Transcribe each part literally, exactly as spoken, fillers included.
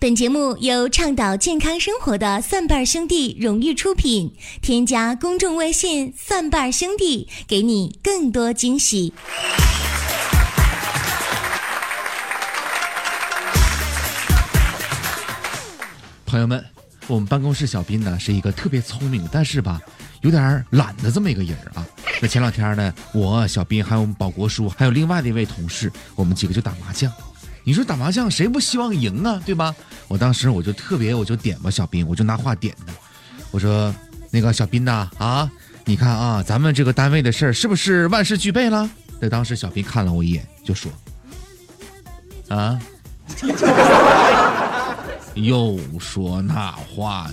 本节目由倡导健康生活的蒜瓣兄弟荣誉出品，添加公众微信蒜瓣兄弟，给你更多惊喜。 朋友们，我们办公室小斌呢是一个特别聪明，但是吧有点懒的这么一个人啊。那前两天呢，我小斌还有我们保国叔还有另外的一位同事，我们几个就打麻将。你说打麻将谁不希望赢啊，对吧？我当时我就特别我就点吧小斌，我就拿话点的，我说那个小斌呐啊，你看啊，咱们这个单位的事儿是不是万事俱备了？那当时小斌看了我一眼就说啊又说那话，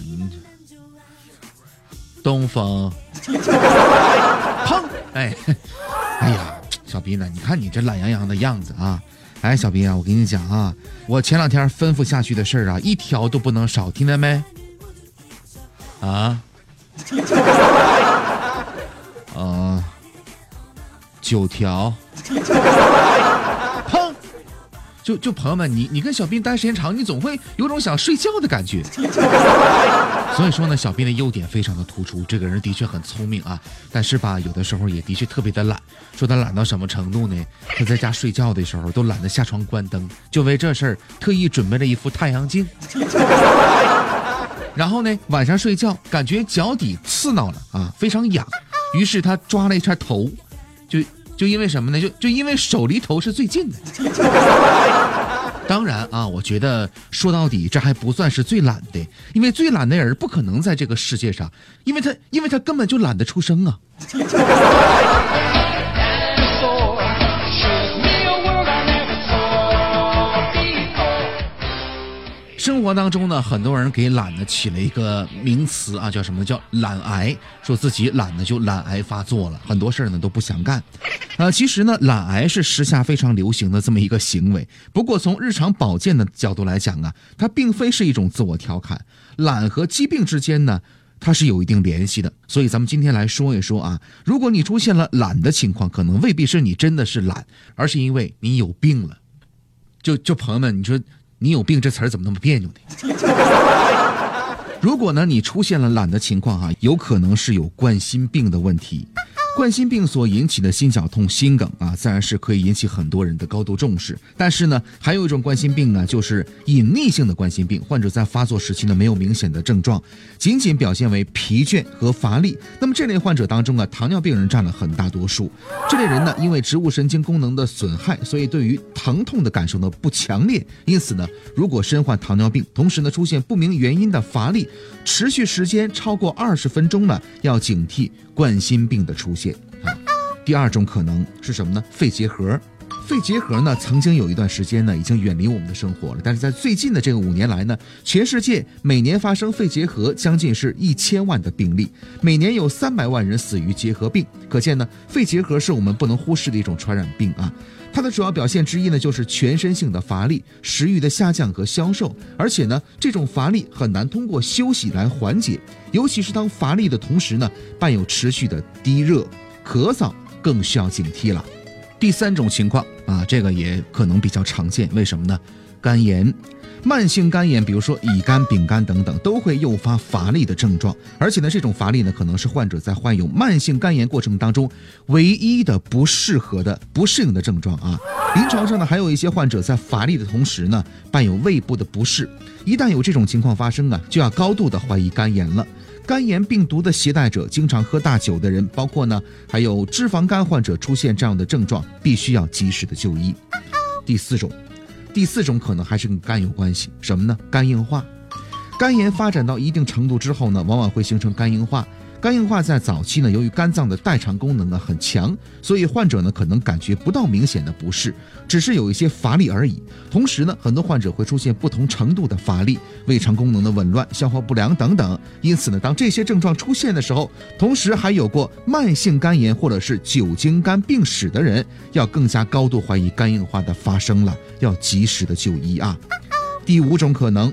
东风砰，哎哎呀小斌呢，你看你这懒洋洋的样子啊。哎，小斌啊，我跟你讲啊，我前两天吩咐下去的事儿啊，一条都不能少，听见没？啊？呃，九条。砰！就就朋友们，你你跟小斌待时间长，你总会有种想睡觉的感觉。所以说呢，小斌的优点非常的突出，这个人的确很聪明啊，但是吧，有的时候也的确特别的懒。说他懒到什么程度呢？他在家睡觉的时候都懒得下床关灯，就为这事儿特意准备了一副太阳镜。然后呢，晚上睡觉感觉脚底刺挠了啊，非常痒，于是他抓了一下头，就就因为什么呢？就就因为手离头是最近的。当然啊，我觉得说到底这还不算是最懒的，因为最懒的人不可能在这个世界上，因为他因为他根本就懒得出生啊。生活当中呢，很多人给懒呢起了一个名词啊，叫什么？叫懒癌，说自己懒呢就懒癌发作了，很多事呢都不想干。呃，其实呢，懒癌是时下非常流行的这么一个行为。不过从日常保健的角度来讲啊，它并非是一种自我调侃。懒和疾病之间呢，它是有一定联系的。所以咱们今天来说一说啊，如果你出现了懒的情况，可能未必是你真的是懒，而是因为你有病了。就就朋友们，你说你有病这词儿怎么那么别扭呢？如果呢你出现了懒的情况啊，有可能是有冠心病的问题。冠心病所引起的心绞痛、心梗啊，自然是可以引起很多人的高度重视。但是呢，还有一种冠心病呢，就是隐匿性的冠心病。患者在发作时期呢，没有明显的症状，仅仅表现为疲倦和乏力。那么这类患者当中啊，糖尿病人占了很大多数。这类人呢，因为植物神经功能的损害，所以对于疼痛的感受呢不强烈。因此呢，如果身患糖尿病，同时呢出现不明原因的乏力，持续时间超过二十分钟呢，要警惕冠心病的出现。啊、第二种可能是什么呢？肺结核。肺结核呢，曾经有一段时间呢，已经远离我们的生活了。但是在最近的这个五年来呢，全世界每年发生肺结核将近是一千万的病例，每年有三百万人死于结核病。可见呢，肺结核是我们不能忽视的一种传染病啊。它的主要表现之一呢，就是全身性的乏力、食欲的下降和消瘦，而且呢，这种乏力很难通过休息来缓解，尤其是当乏力的同时呢，伴有持续的低热、咳嗽，更需要警惕了。第三种情况啊，这个也可能比较常见，为什么呢？肝炎。慢性肝炎，比如说乙肝、丙肝等等，都会诱发乏力的症状，而且呢，这种乏力呢，可能是患者在患有慢性肝炎过程当中唯一的不适合的、不适应的症状啊。临床上呢，还有一些患者在乏力的同时呢，伴有胃部的不适，一旦有这种情况发生啊，就要高度的怀疑肝炎了。肝炎病毒的携带者，经常喝大酒的人，包括呢，还有脂肪肝患者出现这样的症状，必须要及时的就医。第四种。第四种可能还是跟肝有关系，什么呢？肝硬化。肝炎发展到一定程度之后呢，往往会形成肝硬化。肝硬化在早期呢，由于肝脏的代偿功能啊很强，所以患者呢可能感觉不到明显的不适，只是有一些乏力而已。同时呢，很多患者会出现不同程度的乏力、胃肠功能的紊乱、消化不良等等。因此呢，当这些症状出现的时候，同时还有过慢性肝炎或者是酒精肝病史的人，要更加高度怀疑肝硬化的发生了，要及时的就医啊。第五种可能，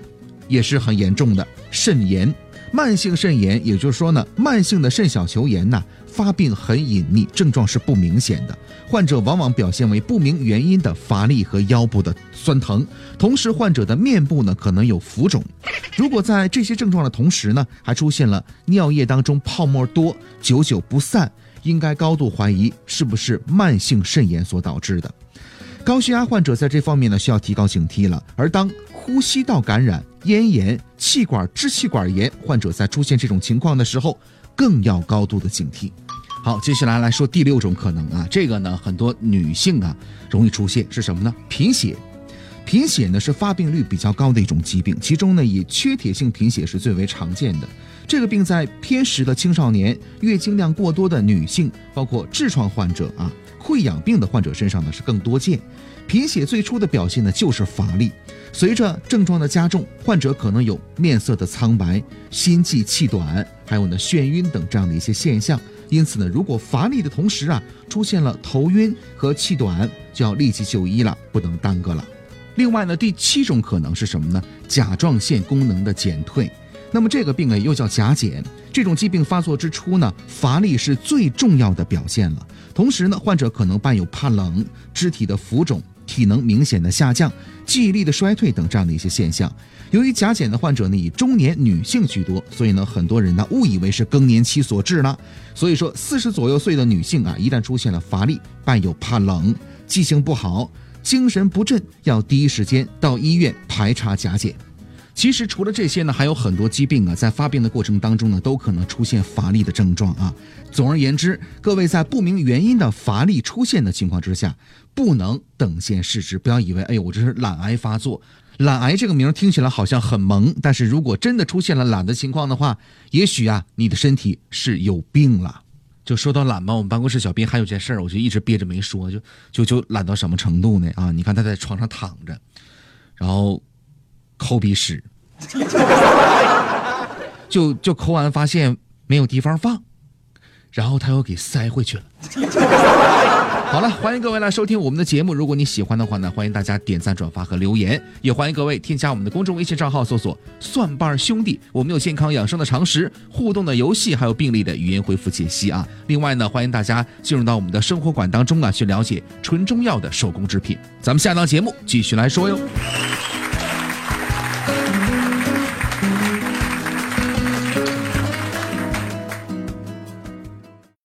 也是很严重的，肾炎。慢性肾炎，也就是说呢，慢性的肾小球炎呢，发病很隐匿，症状是不明显的，患者往往表现为不明原因的乏力和腰部的酸疼，同时患者的面部呢可能有浮肿。如果在这些症状的同时呢，还出现了尿液当中泡沫多，久久不散，应该高度怀疑是不是慢性肾炎所导致的。高血压患者在这方面呢需要提高警惕了，而当呼吸道感染、咽炎、气管支气管炎患者在出现这种情况的时候，更要高度的警惕。好，接下来来说第六种可能啊，这个呢很多女性啊容易出现，是什么呢？贫血。贫血呢是发病率比较高的一种疾病，其中呢以缺铁性贫血是最为常见的。这个病在偏食的青少年、月经量过多的女性，包括痔疮患者啊、溃疡病的患者身上呢是更多见。贫血最初的表现呢就是乏力，随着症状的加重，患者可能有面色的苍白、心悸气短，还有呢眩晕等这样的一些现象。因此呢，如果乏力的同时啊出现了头晕和气短，就要立即就医了，不能耽搁了。另外呢，第七种可能是什么呢？甲状腺功能的减退。那么这个病呢又叫甲减，这种疾病发作之初呢，乏力是最重要的表现了。同时呢，患者可能伴有怕冷、肢体的浮肿、体能明显的下降、记忆力的衰退等这样的一些现象。由于甲减的患者呢以中年女性居多，所以呢很多人呢误以为是更年期所致了。所以说四十左右岁的女性啊，一旦出现了乏力、伴有怕冷、记性不好、精神不振，要第一时间到医院排查甲减。其实除了这些呢，还有很多疾病啊，在发病的过程当中呢，都可能出现乏力的症状啊。总而言之，各位在不明原因的乏力出现的情况之下，不能等闲视之，不要以为哎呦我这是懒癌发作。懒癌这个名听起来好像很萌，但是如果真的出现了懒的情况的话，也许啊你的身体是有病了。就说到懒嘛，我们办公室小编还有件事儿，我就一直憋着没说，就就就懒到什么程度呢？啊，你看他在床上躺着，然后抠鼻屎，就就抠完发现没有地方放，然后他又给塞回去了。好了，欢迎各位来收听我们的节目。如果你喜欢的话呢，欢迎大家点赞、转发和留言，也欢迎各位添加我们的公众微信账号，搜索蒜瓣兄弟。我们有健康养生的常识、互动的游戏，还有病例的语言回复解析啊。另外呢，欢迎大家进入到我们的生活馆当中啊，去了解纯中药的手工制品。咱们下档节目继续来说哟。